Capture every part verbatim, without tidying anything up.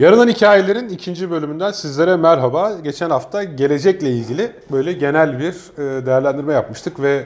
Yarınan Hikayelerin ikinci bölümünden sizlere merhaba. Geçen hafta gelecekle ilgili böyle genel bir değerlendirme yapmıştık ve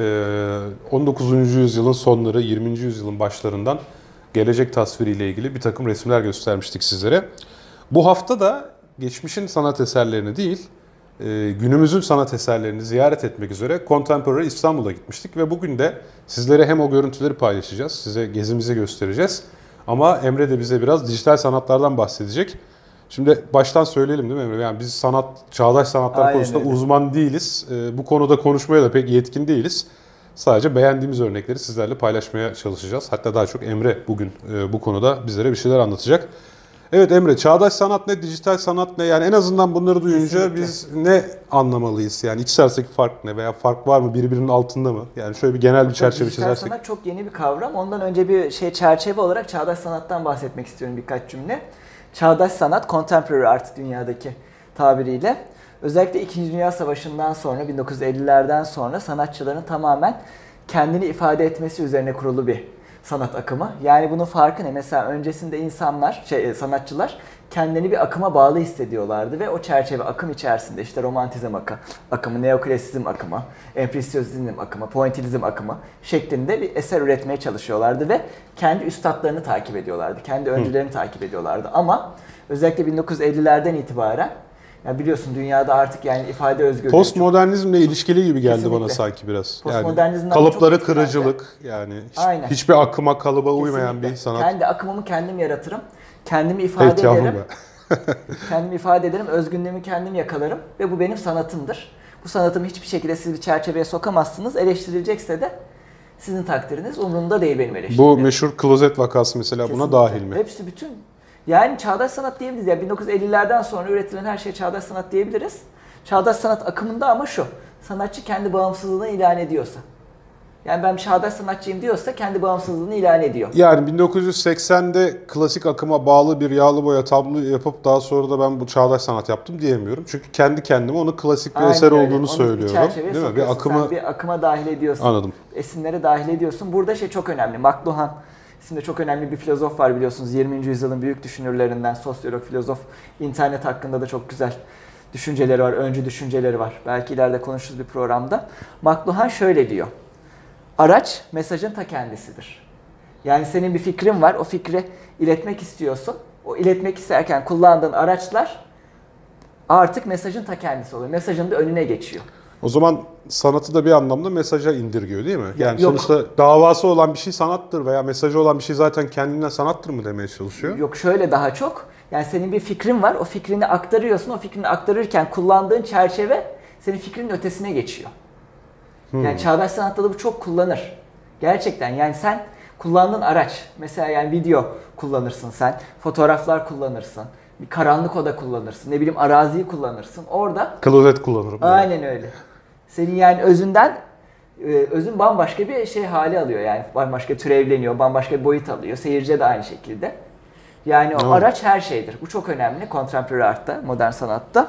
on dokuzuncu yüzyılın sonları, yirminci yüzyılın başlarından gelecek tasviriyle ilgili bir takım resimler göstermiştik sizlere. Bu hafta da geçmişin sanat eserlerini değil, günümüzün sanat eserlerini ziyaret etmek üzere Contemporary İstanbul'a gitmiştik ve bugün de sizlere hem o görüntüleri paylaşacağız, size gezimizi göstereceğiz. Ama Emre de bize biraz dijital sanatlardan bahsedecek. Şimdi baştan söyleyelim değil mi Emre? Yani biz sanat, çağdaş sanatlar Aynen konusunda öyle. uzman değiliz. Bu konuda konuşmaya da pek yetkin değiliz. Sadece beğendiğimiz örnekleri sizlerle paylaşmaya çalışacağız. Hatta daha çok Emre bugün bu konuda bizlere bir şeyler anlatacak. Evet Emre, çağdaş sanat ne, dijital sanat ne? Yani en azından bunları duyunca kesinlikle biz ne anlamalıyız? Yani ikisi arasındaki fark ne veya fark var mı, birbirinin altında mı? Yani şöyle bir genel bir çerçeve dijital çizersek. Sanat çok yeni bir kavram. Ondan önce bir şey çerçeve olarak çağdaş sanattan bahsetmek istiyorum birkaç cümle. Çağdaş sanat, contemporary art dünyadaki tabiriyle. Özellikle İkinci Dünya Savaşı'ndan sonra, bin dokuz yüz ellilerden sonra sanatçıların tamamen kendini ifade etmesi üzerine kurulu bir sanat akımı. Yani bunun farkı ne? Mesela öncesinde insanlar, şey, sanatçılar kendini bir akıma bağlı hissediyorlardı ve o çerçeve akım içerisinde işte romantizm akımı, akımı, neoklasizm akımı, empresyonizm akımı, pointillizm akımı şeklinde bir eser üretmeye çalışıyorlardı ve kendi üstadlarını takip ediyorlardı, kendi öncülerini Hı. takip ediyorlardı. Ama özellikle bin dokuz yüz ellilerden itibaren, ya biliyorsun dünyada artık yani ifade özgürlüğü... Postmodernizmle çok... ilişkili gibi geldi Kesinlikle. Bana sanki biraz. Yani kalıpları kırıcılık, yani hiç, hiçbir akıma, kalıba Kesinlikle. uymayan bir sanat. Kendi akımımı kendim yaratırım, kendimi ifade hey, ederim. kendimi ifade ederim, özgünlüğümü kendim yakalarım ve bu benim sanatımdır. Bu sanatımı hiçbir şekilde siz bir çerçeveye sokamazsınız. Eleştirilecekse de sizin takdiriniz, umurumda değil benim eleştirilerim. Bu meşhur klozet vakası mesela Kesinlikle. Buna dahil mi? Hepsi bütün... Yani çağdaş sanat diyebiliriz. Yani bin dokuz yüz ellilerden sonra üretilen her şeye çağdaş sanat diyebiliriz. Çağdaş sanat akımında ama şu, sanatçı kendi bağımsızlığını ilan ediyorsa. Yani ben bir çağdaş sanatçıyım diyorsa kendi bağımsızlığını ilan ediyor. Yani bin dokuz yüz seksende klasik akıma bağlı bir yağlı boya tablo yapıp daha sonra da ben bu çağdaş sanat yaptım diyemiyorum. Çünkü kendi kendime onu klasik bir Aynen eser öyle. olduğunu Onu söylüyorum. Bir Değil mi? Bir akımı Sen bir akıma dahil ediyorsun. Anladım. Esinlere dahil ediyorsun. Burada şey çok önemli. McLuhan isimde çok önemli bir filozof var biliyorsunuz. yirminci yüzyılın büyük düşünürlerinden, sosyolog, filozof. İnternet hakkında da çok güzel düşünceleri var, öncü düşünceleri var. Belki ileride konuşuruz bir programda. McLuhan şöyle diyor. Araç mesajın ta kendisidir. Yani senin bir fikrin var, o fikri iletmek istiyorsun. O iletmek isterken kullandığın araçlar artık mesajın ta kendisi oluyor. Mesajın da önüne geçiyor. O zaman sanatı da bir anlamda mesaja indirgiyor değil mi? Yani Yok. sonuçta davası olan bir şey sanattır veya mesajı olan bir şey zaten kendinden sanattır mı demeye çalışıyor? Yok şöyle daha çok. Yani senin bir fikrin var, o fikrini aktarıyorsun. O fikrini aktarırken kullandığın çerçeve senin fikrinin ötesine geçiyor. Hmm. Yani çağdaş sanatta da bu çok kullanır. Gerçekten yani sen kullandığın araç, mesela yani video kullanırsın sen, fotoğraflar kullanırsın, bir karanlık oda kullanırsın, ne bileyim araziyi kullanırsın. Orada... Klozet kullanırım. Aynen öyle. Senin yani özünden, özün bambaşka bir şey hali alıyor yani. Bambaşka türevleniyor, bambaşka bir boyut alıyor. Seyirciye de aynı şekilde. Yani o evet. araç her şeydir. Bu çok önemli contemporary art'ta, modern sanatta.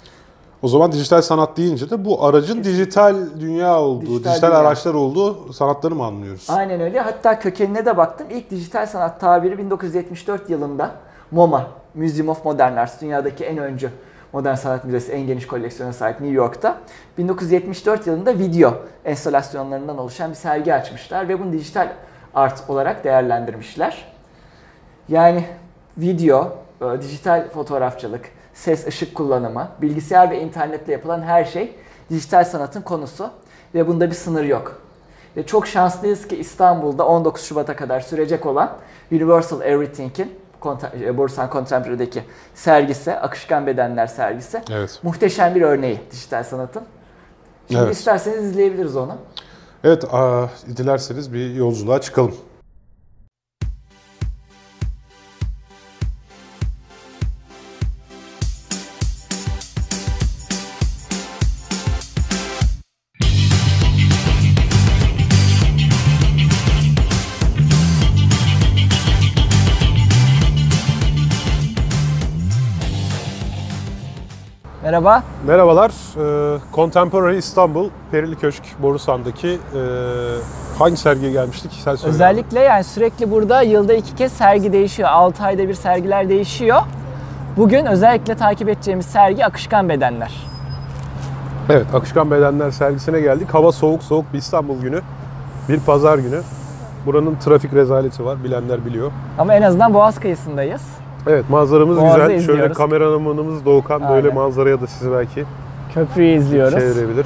O zaman dijital sanat deyince de bu aracın Kesinlikle. dijital dünya olduğu, dijital, dijital dünya. araçlar olduğu sanatları mı anlıyoruz? Aynen öyle. Hatta kökenine de baktım. İlk dijital sanat tabiri bin dokuz yüz yetmiş dört yılında MoMA, Museum of Modern Arts, dünyadaki en öncü modern sanat müzesi, en geniş koleksiyona sahip New York'ta. bin dokuz yüz yetmiş dört yılında video enstalasyonlarından oluşan bir sergi açmışlar ve bunu dijital art olarak değerlendirmişler. Yani video, dijital fotoğrafçılık, ses, ışık kullanımı, bilgisayar ve internetle yapılan her şey dijital sanatın konusu ve bunda bir sınır yok. Ve çok şanslıyız ki İstanbul'da on dokuz Şubat'a kadar sürecek olan Universal Everything'in Borusan Contemporary'deki sergisi, Akışkan Bedenler sergisi. Evet. Muhteşem bir örneği dijital sanatın. Şimdi evet. isterseniz izleyebiliriz onu. Evet, a, dilerseniz bir yolculuğa çıkalım. Merhaba. Merhabalar. Ee, Contemporary İstanbul, Perili Köşk, Borusan'daki e, hangi sergiye gelmiştik? Sen söyle. Özellikle yani sürekli burada yılda iki kez sergi değişiyor. altı ayda bir sergiler değişiyor. Bugün özellikle takip edeceğimiz sergi Akışkan Bedenler. Evet, Akışkan Bedenler sergisine geldik. Hava soğuk soğuk bir İstanbul günü. Bir pazar günü. Buranın trafik rezaleti var, bilenler biliyor. Ama en azından Boğaz kıyısındayız. Evet, manzaramız Boğaz'ı güzel. Şöyle izliyoruz. kameramanımız Doğukan Aynen. böyle manzaraya da sizi belki Köprüyü izliyoruz. çevirebilir.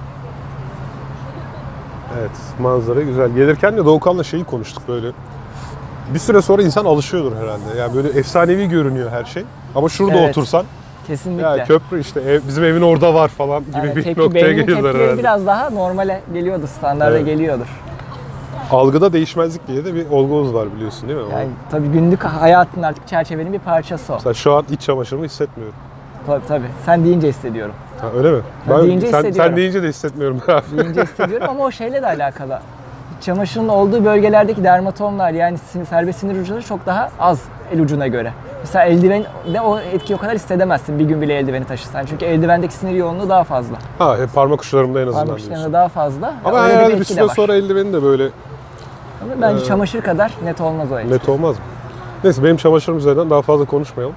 Evet, manzara güzel. Gelirken de Doğukan'la şeyi konuştuk böyle. Bir süre sonra insan alışıyordur herhalde. Yani böyle efsanevi görünüyor her şey. Ama şurada Evet. otursan, Kesinlikle. ya köprü işte ev, bizim evin orada var falan gibi Yani bir tepki, noktaya beynin geliyorlar tepkileri herhalde. biraz daha normale geliyordu, standarda Evet. geliyordur. Algıda değişmezlik diye de bir olgumuz var biliyorsun değil mi? Yani tabii günlük hayatın artık çerçevenin bir parçası o. Mesela şu an iç çamaşırımı hissetmiyorum. Tabii tabii. Sen deyince hissediyorum. Ha, öyle mi? Ben deyince sen, hissediyorum. sen deyince de hissetmiyorum. Deyince hissediyorum ama o şeyle de alakalı. Çamaşırın olduğu bölgelerdeki dermatomlar yani sin- serbest sinir uçları çok daha az el ucuna göre. Mesela eldiven de o etkiyi o kadar hissedemezsin bir gün bile eldiveni taşırsan. Çünkü eldivendeki sinir yoğunluğu daha fazla. Ha, e, parmak uçlarımda en azından Parmak diyorsun. uçlarında daha fazla. Ama Öyle herhalde bir etki de süre var. sonra eldiveni de böyle Ama bence Ee, çamaşır kadar net olmaz o etki. net olmaz mı? Neyse benim çamaşırım üzerinden daha fazla konuşmayalım.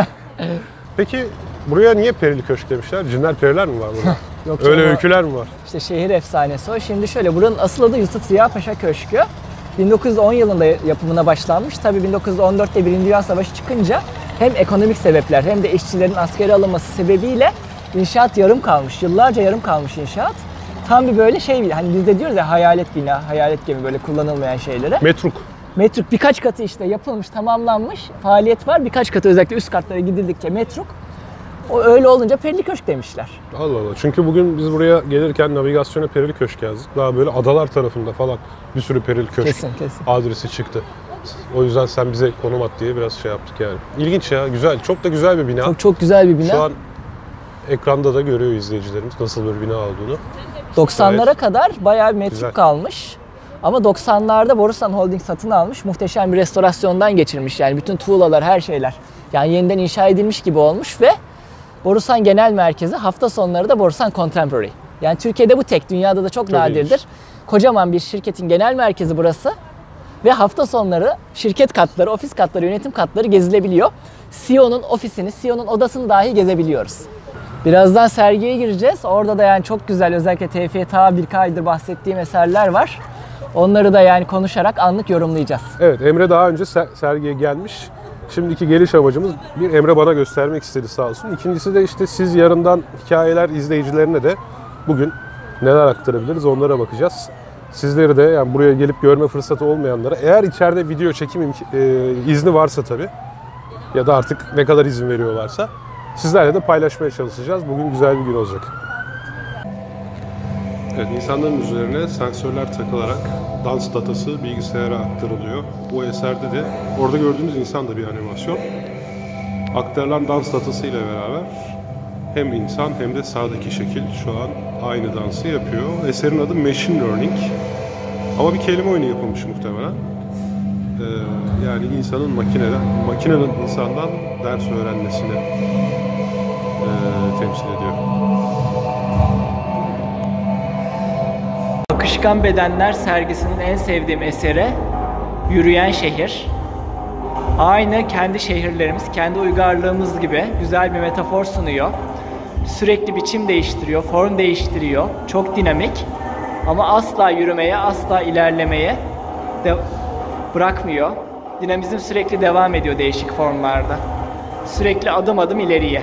Peki buraya niye perili köşk demişler? Cinler periler mi var burada? Yok Öyle canım, o- öyküler mi var? İşte şehir efsanesi o. Şimdi şöyle buranın asıl adı Yusuf Ziya Paşa Köşkü. bin dokuz yüz on yılında yapımına başlanmış. Tabii bin dokuz yüz on dörtte Birinci Dünya Savaşı çıkınca hem ekonomik sebepler hem de işçilerin askere alınması sebebiyle inşaat yarım kalmış. Yıllarca yarım kalmış inşaat. Tam bir böyle şey hani biz de diyoruz ya hayalet bina, hayalet gemi böyle kullanılmayan şeylere. Metruk. Metruk birkaç katı işte yapılmış, tamamlanmış. Faaliyet var. Birkaç katı özellikle üst katlara gidildikçe metruk. O öyle olunca perili köşk demişler. Allah Allah. Çünkü bugün biz buraya gelirken navigasyona perili köşk yazdık. Daha böyle adalar tarafında falan bir sürü perili köşk Kesin kesin. adresi çıktı. O yüzden sen bize konum at diye biraz şey yaptık yani. İlginç ya, güzel. Çok da güzel bir bina. Çok çok güzel bir bina. Şu an ekranda da görüyor izleyicilerimiz nasıl bir bina olduğunu. doksanlara Gayet kadar bayağı bir metruk güzel. kalmış. Ama doksanlarda Borusan Holding satın almış. Muhteşem bir restorasyondan geçirmiş. Yani bütün tuğlalar, her şeyler. Yani yeniden inşa edilmiş gibi olmuş ve Borusan Genel Merkezi, hafta sonları da Borusan Contemporary. Yani Türkiye'de bu tek, dünyada da çok, Çok nadirdir. ilginç. Kocaman bir şirketin genel merkezi burası. Ve hafta sonları şirket katları, ofis katları, yönetim katları gezilebiliyor. C E O'nun ofisini, C E O'nun odasını dahi gezebiliyoruz. Birazdan sergiye gireceğiz. Orada da yani çok güzel, özellikle Tevfik'e ta birkaç aydır bahsettiğim eserler var. Onları da yani konuşarak anlık yorumlayacağız. Evet, Emre daha önce ser- sergiye gelmiş. Şimdiki geliş amacımız bir Emre bana göstermek istedi sağ olsun. İkincisi de işte siz yarından hikayeler izleyicilerine de bugün neler aktarabiliriz onlara bakacağız. Sizleri de yani buraya gelip görme fırsatı olmayanlara eğer içeride video çekim imk- e, izni varsa tabii ya da artık ne kadar izin veriyorlarsa sizlerle de paylaşmaya çalışacağız. Bugün güzel bir gün olacak. Evet, insanların üzerine sensörler takılarak dans datası bilgisayara aktarılıyor. Bu eserde de orada gördüğünüz insan da bir animasyon. Aktarılan dans datası ile beraber hem insan hem de sağdaki şekil şu an aynı dansı yapıyor. Eserin adı Machine Learning. Ama bir kelime oyunu yapılmış muhtemelen. Ee, yani insanın makineden, makinenin insandan ders öğrenmesini e, temsil ediyor. Akışkan Bedenler sergisinin en sevdiğim eseri Yürüyen Şehir. Aynı kendi şehirlerimiz, kendi uygarlığımız gibi güzel bir metafor sunuyor. Sürekli biçim değiştiriyor, form değiştiriyor. Çok dinamik ama asla yürümeye, asla ilerlemeye de bırakmıyor. Dinamizm sürekli devam ediyor değişik formlarda. Sürekli adım adım ileriye.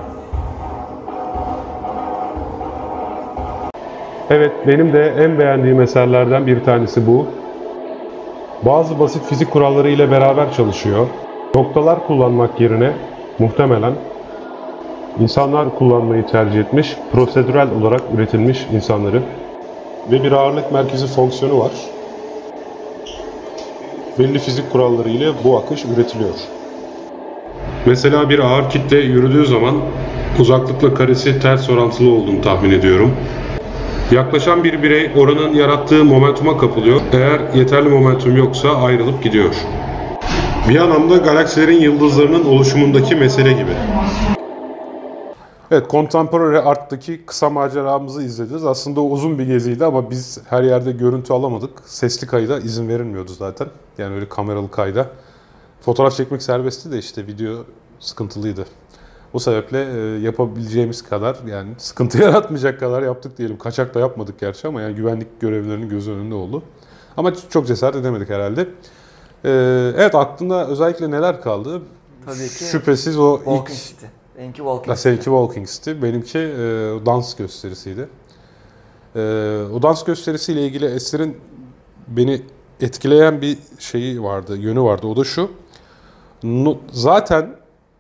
Evet, benim de en beğendiğim eserlerden bir tanesi bu. Bazı basit fizik kuralları ile beraber çalışıyor. Noktalar kullanmak yerine muhtemelen insanlar kullanmayı tercih etmiş, prosedürel olarak üretilmiş insanları. Ve bir ağırlık merkezi fonksiyonu var. Belli fizik kuralları ile bu akış üretiliyor. Mesela bir ağır kitle yürüdüğü zaman uzaklıkla karesi ters orantılı olduğunu tahmin ediyorum. Yaklaşan bir birey oranın yarattığı momentuma kapılıyor. Eğer yeterli momentum yoksa ayrılıp gidiyor. Bir anlamda galaksilerin yıldızlarının oluşumundaki mesele gibi. Evet, Contemporary Art'taki kısa maceramızı izlediniz. Aslında o uzun bir geziydi ama biz her yerde görüntü alamadık. Sesli kayda izin verilmiyordu zaten. Yani öyle kameralı kayda. Fotoğraf çekmek serbestti de işte video sıkıntılıydı. O sebeple e, yapabileceğimiz kadar yani sıkıntı yaratmayacak kadar yaptık diyelim. Kaçak da yapmadık gerçi ama yani güvenlik görevlilerinin gözü önünde oldu. Ama çok cesaret edemedik herhalde. E, evet aklında özellikle neler kaldı? Tabii ki Şüphesiz o Walking ilk... City. Benimki Walking Ya City. seninki Walking City, benimki e, dans gösterisiydi. E, o dans gösterisiyle ilgili Eser'in beni etkileyen bir şeyi vardı, yönü vardı. O da şu. No, zaten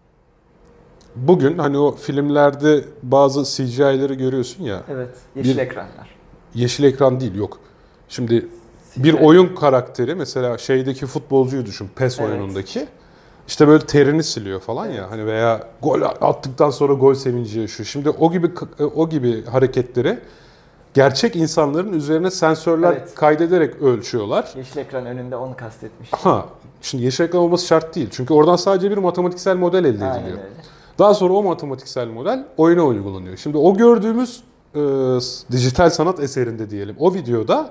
bugün hani o filmlerde bazı C G I'leri görüyorsun ya. Evet. Yeşil bir, ekranlar. Yeşil ekran değil, yok. Şimdi C G I. bir oyun karakteri mesela şeydeki futbolcuyu düşün, PES Evet. oyunundaki. İşte böyle terini siliyor falan Evet. ya hani veya gol attıktan sonra gol sevinci yaşıyor. Şimdi o gibi o gibi hareketleri gerçek insanların üzerine sensörler Evet. kaydederek ölçüyorlar. Yeşil ekran önünde onu kastetmiş. Ha, şimdi yeşil ekran olması şart değil. Çünkü oradan sadece bir matematiksel model elde ediliyor. Aynen öyle. Daha sonra o matematiksel model oyuna uygulanıyor. Şimdi o gördüğümüz e, dijital sanat eserinde diyelim o videoda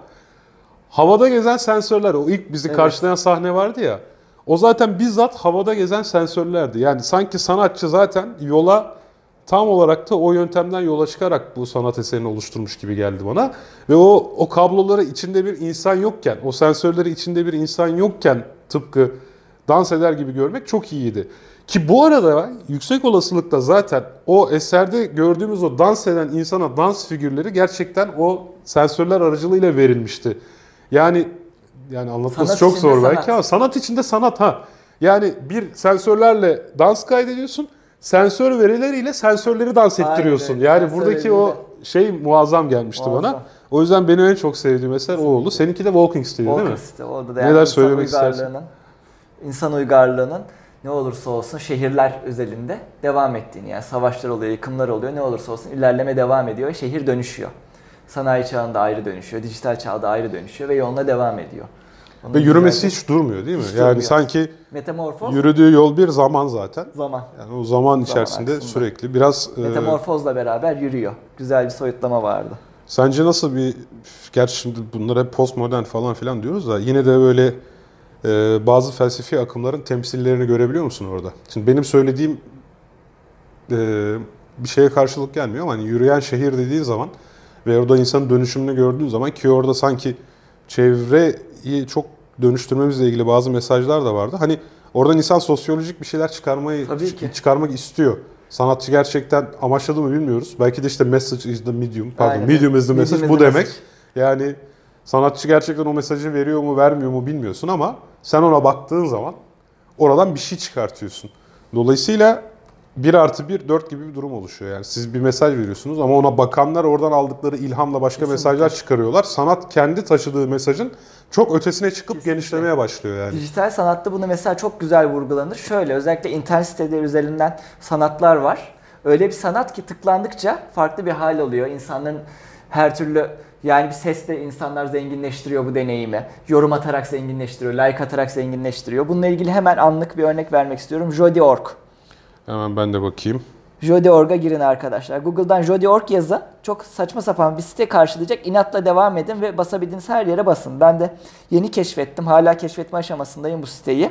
havada gezen sensörler, o ilk bizi Evet. karşılayan sahne vardı ya. O zaten bizzat havada gezen sensörlerdi. Yani sanki sanatçı zaten yola tam olarak da o yöntemden yola çıkarak bu sanat eserini oluşturmuş gibi geldi bana. Ve o o kabloları içinde bir insan yokken, o sensörleri içinde bir insan yokken tıpkı dans eder gibi görmek çok iyiydi. Ki bu arada yüksek olasılıkla zaten o eserde gördüğümüz o dans eden insana dans figürleri gerçekten o sensörler aracılığıyla verilmişti. Yani yani anlatması Sanat çok içinde zor sanat. belki ama sanat içinde sanat ha. Yani bir sensörlerle dans kaydediyorsun. Sensör verileriyle sensörleri dans Aynen ettiriyorsun. öyle. Yani Sensör buradaki o verileriyle. şey muazzam gelmişti Muazzam. bana. O yüzden benim en çok sevdiğim eser o oldu. Seninki de Walking City'di değil mi? Walking City. Orada da Neler yani insan söylemek istersin? uygarlığının, insan uygarlığının ne olursa olsun şehirler özelinde devam ettiğini, yani savaşlar oluyor, yıkımlar oluyor, ne olursa olsun ilerleme devam ediyor. Şehir dönüşüyor. Sanayi çağında ayrı dönüşüyor, dijital çağda ayrı dönüşüyor ve yoluna devam ediyor. Onun Ve yürümesi güzelce- hiç durmuyor değil mi? Hiç yani durmuyor. sanki Metamorfoz yürüdüğü yol bir zaman zaten. zaman. Yani o zaman içerisinde aksında. sürekli biraz... e, Metamorfozla beraber yürüyor. Güzel bir soyutlama vardı. Sence nasıl bir... Gerçi şimdi bunlar hep postmodern falan filan diyoruz da yine de böyle e, bazı felsefi akımların temsillerini görebiliyor musun orada? Şimdi benim söylediğim e, bir şeye karşılık gelmiyor ama hani yürüyen şehir dediğin zaman ve orada insanın dönüşümünü gördüğün zaman ki orada sanki çevreyi çok dönüştürmemizle ilgili bazı mesajlar da vardı. Hani oradan insan sosyolojik bir şeyler çıkarmayı Tabii ki. çıkarmak istiyor. Sanatçı gerçekten amaçladı mı bilmiyoruz. Belki de işte message is the medium. Pardon, Aynen. medium is the Medium message. is Bu the demek. message. Yani sanatçı gerçekten o mesajı veriyor mu, vermiyor mu bilmiyorsun ama sen ona baktığın zaman oradan bir şey çıkartıyorsun. Dolayısıyla bir artı bir, dört gibi bir durum oluşuyor. Yani siz bir mesaj veriyorsunuz ama ona bakanlar oradan aldıkları ilhamla başka Kesinlikle. mesajlar çıkarıyorlar. Sanat kendi taşıdığı mesajın çok ötesine çıkıp Kesinlikle. genişlemeye başlıyor yani. Dijital sanatta bunu mesela çok güzel vurgulanır. Şöyle, özellikle internet siteleri üzerinden sanatlar var. Öyle bir sanat ki tıklandıkça farklı bir hal oluyor. İnsanların her türlü, yani bir sesle insanlar zenginleştiriyor bu deneyimi. Yorum atarak zenginleştiriyor, like atarak zenginleştiriyor. Bununla ilgili hemen anlık bir örnek vermek istiyorum. Jodi nokta org. Hemen ben de bakayım. Jodi nokta org'a girin arkadaşlar. Google'dan Jodi nokta org yazın. Çok saçma sapan bir site karşılayacak. İnatla devam edin ve basabildiğiniz her yere basın. Ben de yeni keşfettim. Hala keşfetme aşamasındayım bu siteyi.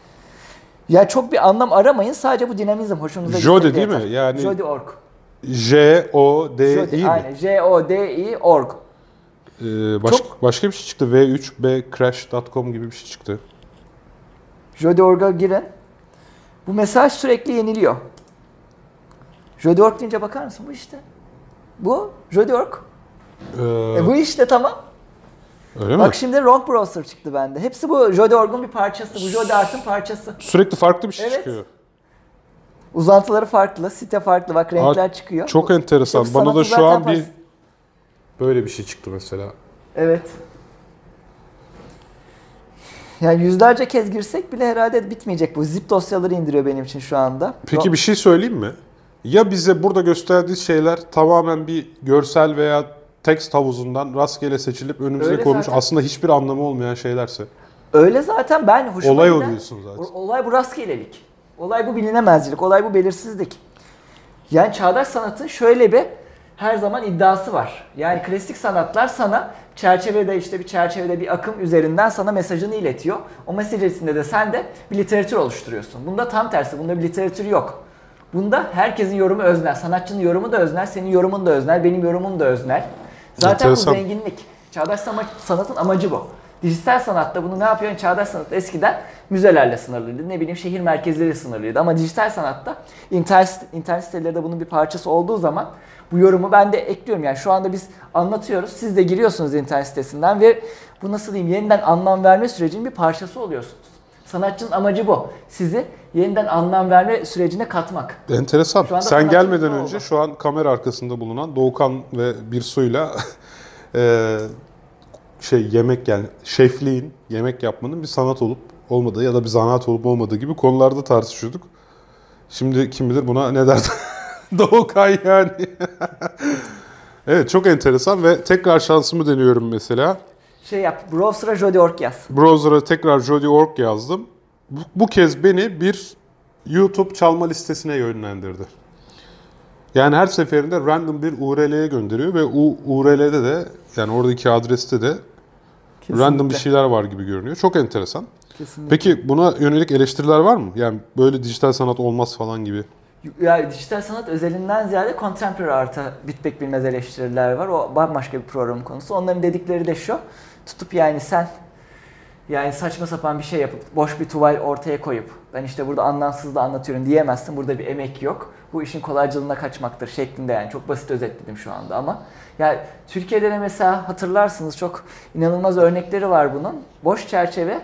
Ya çok bir anlam aramayın. Sadece bu dinamizm hoşunuza Jodi gitsin değil yeter. mi? Yani Jodi nokta org. J O D Jodi, I mi? aynen. J O D I org. Ee, baş, başka bir şey çıktı. V üç B crash nokta com gibi bir şey çıktı. Jodi nokta org'a girin. Bu mesaj sürekli yeniliyor. Jodi nokta org deyince bakar mısın? Bu işte. Bu Jodi nokta org. Ee, E bu işte, tamam. öyle mi? Bak şimdi Wrong Browser çıktı bende. Hepsi bu Jodi nokta org'un bir parçası. Bu Jodi Art'ın parçası. Sürekli farklı bir şey Evet. çıkıyor. Uzantıları farklı, site farklı. Bak renkler Aa, çıkıyor. Çok Bu- enteresan. işte bu Bana da sanatı şu zaten an bir pas- böyle bir şey çıktı mesela. Evet. Yani yüzlerce kez girsek bile herhalde bitmeyecek bu. Zip dosyaları indiriyor benim için şu anda. Peki bir şey söyleyeyim mi? Ya bize burada gösterdiği şeyler tamamen bir görsel veya tekst havuzundan rastgele seçilip önümüze Öyle konmuş zaten. aslında hiçbir anlamı olmayan şeylerse. Öyle zaten, ben hoşuma Olay o giden- diyorsun zaten. O- Olay bu rastgelelik. Olay bu bilinemezlik. Olay bu belirsizlik. Yani çağdaş sanatın şöyle bir her zaman iddiası var. Yani klasik sanatlar sana Çerçevede işte bir çerçevede bir akım üzerinden sana mesajını iletiyor. O mesaj içinde de sen de bir literatür oluşturuyorsun. Bunda tam tersi. Bunda bir literatür yok. Bunda herkesin yorumu öznel. Sanatçının yorumu da öznel, senin yorumun da öznel, benim yorumum da öznel. Zaten Enteresan. bu zenginlik. Çağdaş sanatın amacı bu. Dijital sanatta bunu ne yapıyor? Yani çağdaş sanat eskiden müzelerle sınırlıydı. Ne bileyim şehir merkezleri sınırlıydı. Ama dijital sanatta internet, internet siteleri de bunun bir parçası olduğu zaman bu yorumu ben de ekliyorum. Yani şu anda biz anlatıyoruz. Siz de giriyorsunuz internet sitesinden ve bu nasıl diyeyim yeniden anlam verme sürecinin bir parçası oluyorsunuz. Sanatçının amacı bu. Sizi yeniden anlam verme sürecine katmak. Enteresan. Sen sanatçının gelmeden ne önce oldu? şu an kamera arkasında bulunan Doğukan ve Birsu'yla e, şey yemek yani şefliğin, yemek yapmanın bir sanat olup olmadığı ya da bir zanaat olup olmadığı gibi konularda tartışıyorduk. Şimdi kim bilir buna ne der Doğukan yani. Evet çok enteresan ve tekrar şansımı deniyorum mesela. Şey yap, browser'a Jodi Org yaz. Browser'a tekrar Jodi nokta org yazdım. Bu, bu kez beni bir YouTube çalma listesine yönlendirdi. Yani her seferinde random bir U R L'ye gönderiyor ve o U R L'de de yani oradaki adreste de Kesinlikle. random bir şeyler var gibi görünüyor. Çok enteresan. Kesinlikle. Peki buna yönelik eleştiriler var mı? Yani böyle dijital sanat olmaz falan gibi. Ya dijital sanat özelinden ziyade contemporary art'a bitmek bilmez eleştiriler var. O bambaşka bir program konusu. Onların dedikleri de şu. Tutup yani sen yani saçma sapan bir şey yapıp boş bir tuval ortaya koyup ben işte burada anlamsız da anlatıyorum diyemezsin. Burada bir emek yok. Bu işin kolaycılığına kaçmaktır şeklinde yani çok basit özetledim şu anda ama yani Türkiye'de de mesela hatırlarsınız çok inanılmaz örnekleri var bunun. Boş çerçeve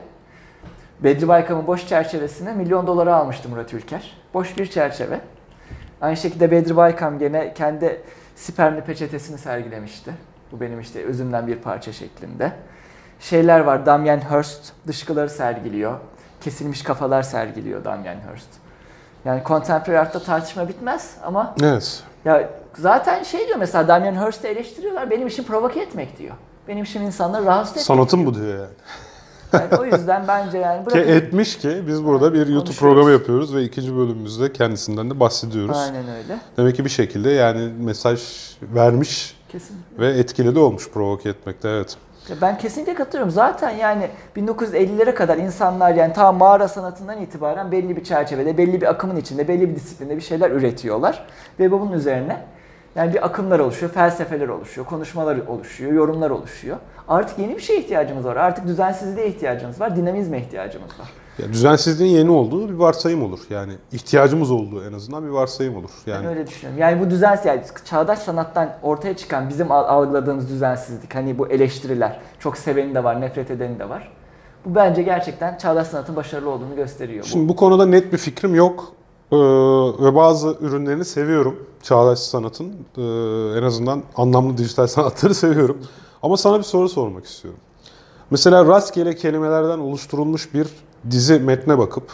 Bedri Baykam'ın boş çerçevesine milyon dolara almıştı Murat Ülker. Boş bir çerçeve. Aynı şekilde Bedri Baykam gene kendi spermli peçetesini sergilemişti. Bu benim işte özümden bir parça şeklinde. Şeyler var. Damien Hirst dışkıları sergiliyor. Kesilmiş kafalar sergiliyor Damien Hirst. Yani contemporary art'ta tartışma bitmez ama Evet. ya zaten şey diyor mesela Damien Hirst'ı eleştiriyorlar. Benim işim provoke etmek diyor. Benim işim insanları rahatsız etmek. Sanatım bu diyor yani. Yani o yüzden bence yani Ki bırakın. etmiş ki biz burada bir YouTube Konuşuyoruz. programı yapıyoruz ve ikinci bölümümüzde kendisinden de bahsediyoruz. Aynen öyle. Demek ki bir şekilde yani mesaj vermiş Kesinlikle. ve etkili de olmuş provoke etmekte evet. Ya ben kesinlikle katılıyorum. Zaten yani bin dokuz yüz ellilere kadar insanlar yani ta mağara sanatından itibaren belli bir çerçevede, belli bir akımın içinde, belli bir disiplinde bir şeyler üretiyorlar. Ve bunun üzerine yani bir akımlar oluşuyor, felsefeler oluşuyor, konuşmalar oluşuyor, yorumlar oluşuyor. Artık yeni bir şeye ihtiyacımız var. Artık düzensizliğe ihtiyacımız var, dinamizme ihtiyacımız var. Ya düzensizliğin yeni olduğu bir varsayım olur. Yani ihtiyacımız olduğu en azından bir varsayım olur. Ben Yani öyle düşünüyorum. Yani bu düzensiz, yani çağdaş sanattan ortaya çıkan bizim algıladığımız düzensizlik, hani bu eleştiriler, çok seveni de var, nefret edeni de var. Bu bence gerçekten çağdaş sanatın başarılı olduğunu gösteriyor. şimdi bu konuda net bir fikrim yok. Ee, ve bazı ürünlerini seviyorum. Çağdaş sanatın. Ee, en azından anlamlı dijital sanatları seviyorum. Ama sana bir soru sormak istiyorum. Mesela rastgele kelimelerden oluşturulmuş bir dizi metne bakıp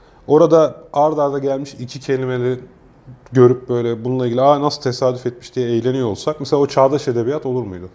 orada ard arda gelmiş iki kelimeleri görüp böyle bununla ilgili aa nasıl tesadüf etmiş diye eğleniyor olsak mesela o çağdaş edebiyat olur muydu?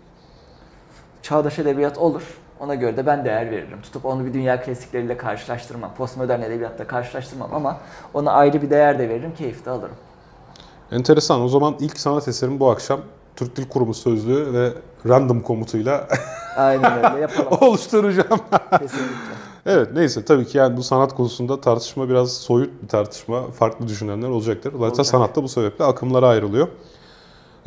Çağdaş edebiyat olur. Ona göre de ben değer veririm. Tutup onu bir dünya klasikleriyle karşılaştırmam. Postmodern edebiyatla karşılaştırmam ama ona ayrı bir değer de veririm, keyif de alırım. Enteresan. O zaman ilk sanat eserim bu akşam Türk Dil Kurumu sözlüğü ve random komutuyla Aynen öyle yapalım. oluşturacağım. Kesinlikle. Evet neyse tabii ki yani bu sanat konusunda tartışma biraz soyut bir tartışma. Farklı düşünenler olacaktır. Zaten Olacak. sanatta bu sebeple akımlara ayrılıyor. Ee,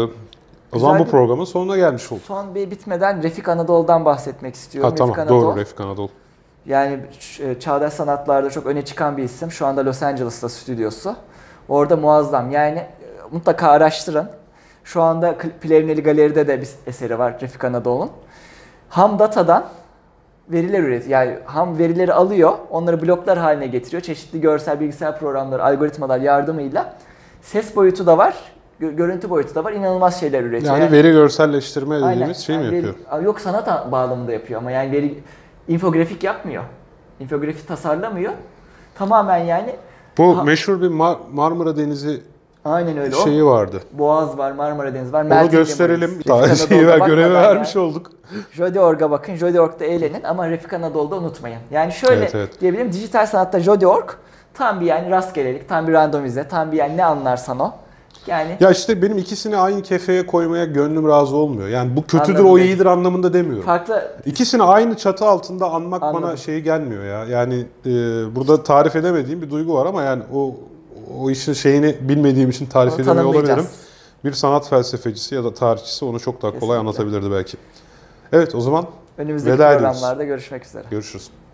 o zaman bu bir- programın sonuna gelmiş olduk. Son bir bitmeden Refik Anadolu'dan bahsetmek istiyorum. Ha tamam Refik doğru Anadolu, Refik Anadolu. yani ç- çağdaş sanatlarda çok öne çıkan bir isim. Şu anda Los Angeles'ta stüdyosu. Orada muazzam. Yani e, mutlaka araştırın. Şu anda Kl- Plevneli Galeri'de de bir eseri var Refik Anadolu'nun. Ham datadan veriler üretiyor. Yani ham verileri alıyor, onları bloklar haline getiriyor. Çeşitli görsel bilgisayar programları, algoritmalar yardımıyla ses boyutu da var, gö- görüntü boyutu da var. İnanılmaz şeyler üretiyor. Yani veri görselleştirme Aynen. dediğimiz şey mi Yani yapıyor? veri- yok sanat bağlamında yapıyor ama yani veri infografik yapmıyor. İnfografik tasarlamıyor. Tamamen yani Bu Ha- meşhur bir Mar- Marmara Denizi aynen öyle. O şeyi vardı. Boğaz var, Marmara Denizi var. Onu Meltem'de gösterelim. Refik Daha Anadolu'da şeyi ver, görevi bakmadan vermiş yani. olduk. Jodi Org'a bakın, Jodi Org'da eğlenin ama Refik Anadolu'da unutmayın. Yani şöyle Evet, evet. diyebilirim, dijital sanatta Jodi Org tam bir yani rastgelelik, tam bir randomize, tam bir yani ne anlarsan o. Yani Ya işte benim ikisini aynı kefeye koymaya gönlüm razı olmuyor. Yani bu kötüdür, Anladım o ben. iyidir anlamında demiyorum. farklı İkisini aynı çatı altında anmak bana Anladım. şey gelmiyor ya. Yani e, burada tarif edemediğim bir duygu var ama yani o o işin şeyini bilmediğim için tarif Onu edemiyor olabilirim. tanımlayacağız. Bir sanat felsefecisi ya da tarihçisi onu çok daha kolay Kesinlikle. anlatabilirdi belki. Evet, o zaman Önümüzdeki veda ediyoruz. programlarda görüşmek üzere. Görüşürüz.